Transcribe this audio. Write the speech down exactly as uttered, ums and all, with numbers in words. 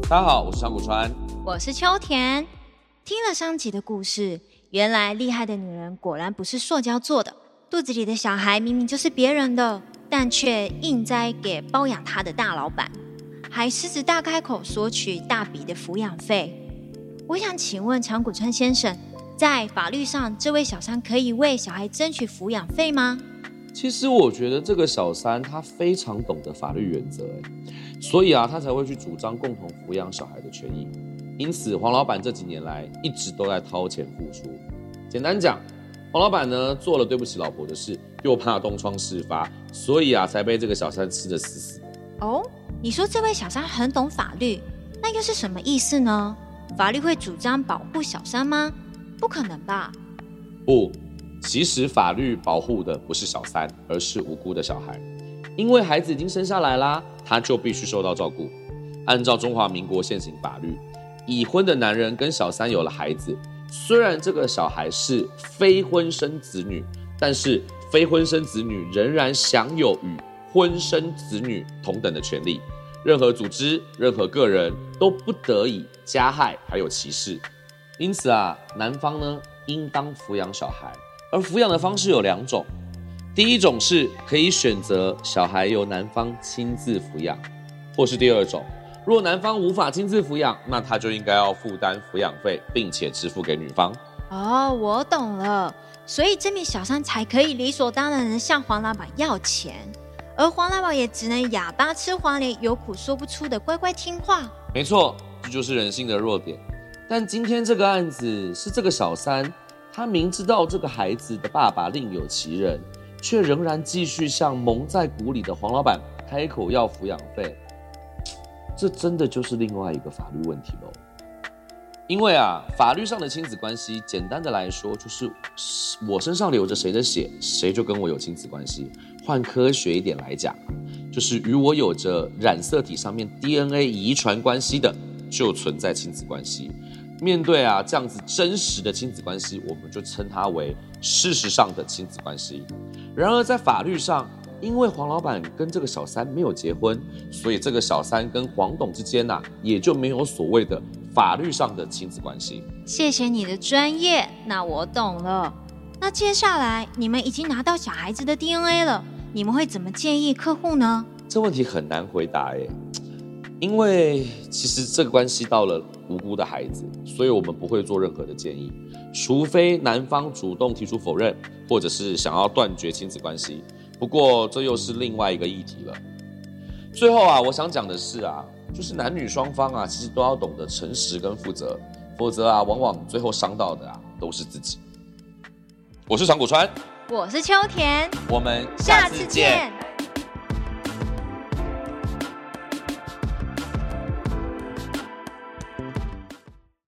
大家好，我是长谷川， 我是秋田。听了上集的故事，原来厉害的女人果然不是塑胶做的，肚子里的小孩明明就是别人的，但却硬栽给包养她的大老板，还狮子大开口索取大笔的抚养费。我想请问长谷川先生，在法律上，这位小三可以为小孩争取抚养费吗？ 其实我觉得这个小三他非常懂得法律原则，所以啊，他才会去主张共同抚养小孩的权益。因此，黄老板这几年来一直都在掏钱付出。简单讲，黄老板呢做了对不起老婆的事，又怕东窗事发，所以啊，才被这个小三吃得死死的。 哦，你说这位小三很懂法律，那又是什么意思呢？法律会主张保护小三吗？不可能吧？ 不，其实法律保护的不是小三，而是无辜的小孩。因为孩子已经生下来啦，他就必须受到照顾。按照中华民国现行法律，已婚的男人跟小三有了孩子，虽然这个小孩是非婚生子女，但是非婚生子女仍然享有与婚生子女同等的权利。任何组织、任何个人都不得以加害还有歧视。因此啊，男方呢应当抚养小孩，而抚养的方式有两种。第一种是可以选择小孩由男方亲自抚养，或是第二种，若男方无法亲自抚养，那他就应该要负担抚养费，并且支付给女方。 哦，我懂了，所以这名小三才可以理所当然的向黄老板要钱，而黄老板也只能哑巴吃黄连，有苦说不出的乖乖听话。 没错，这就是人性的弱点。但今天这个案子是这个小三，他明知道这个孩子的爸爸另有其人，却仍然继续向蒙在鼓里的黄老板开口要抚养费，这真的就是另外一个法律问题喽。因为啊，法律上的亲子关系，简单的来说，就是我身上流着谁的血，谁就跟我有亲子关系。换科学一点来讲，就是与我有着染色体上面 D N A 遗传关系的，就存在亲子关系。面对啊这样子真实的亲子关系，我们就称它为事实上的亲子关系。然而在法律上，因为黄老板跟这个小三没有结婚，所以这个小三跟黄董之间啊，也就没有所谓的法律上的亲子关系。 谢谢你的专业，那我懂了。那接下来你们已经拿到小孩子的 D N A 了，你们会怎么建议客户呢？ 这问题很难回答耶，因为其实这个关系到了无辜的孩子，所以我们不会做任何的建议，除非男方主动提出否认，或者是想要断绝亲子关系。不过这又是另外一个议题了。最后啊，我想讲的是啊，就是男女双方啊，其实都要懂得诚实跟负责，否则啊，往往最后伤到的啊，都是自己。我是长谷川， 我是秋田， 我们下次见。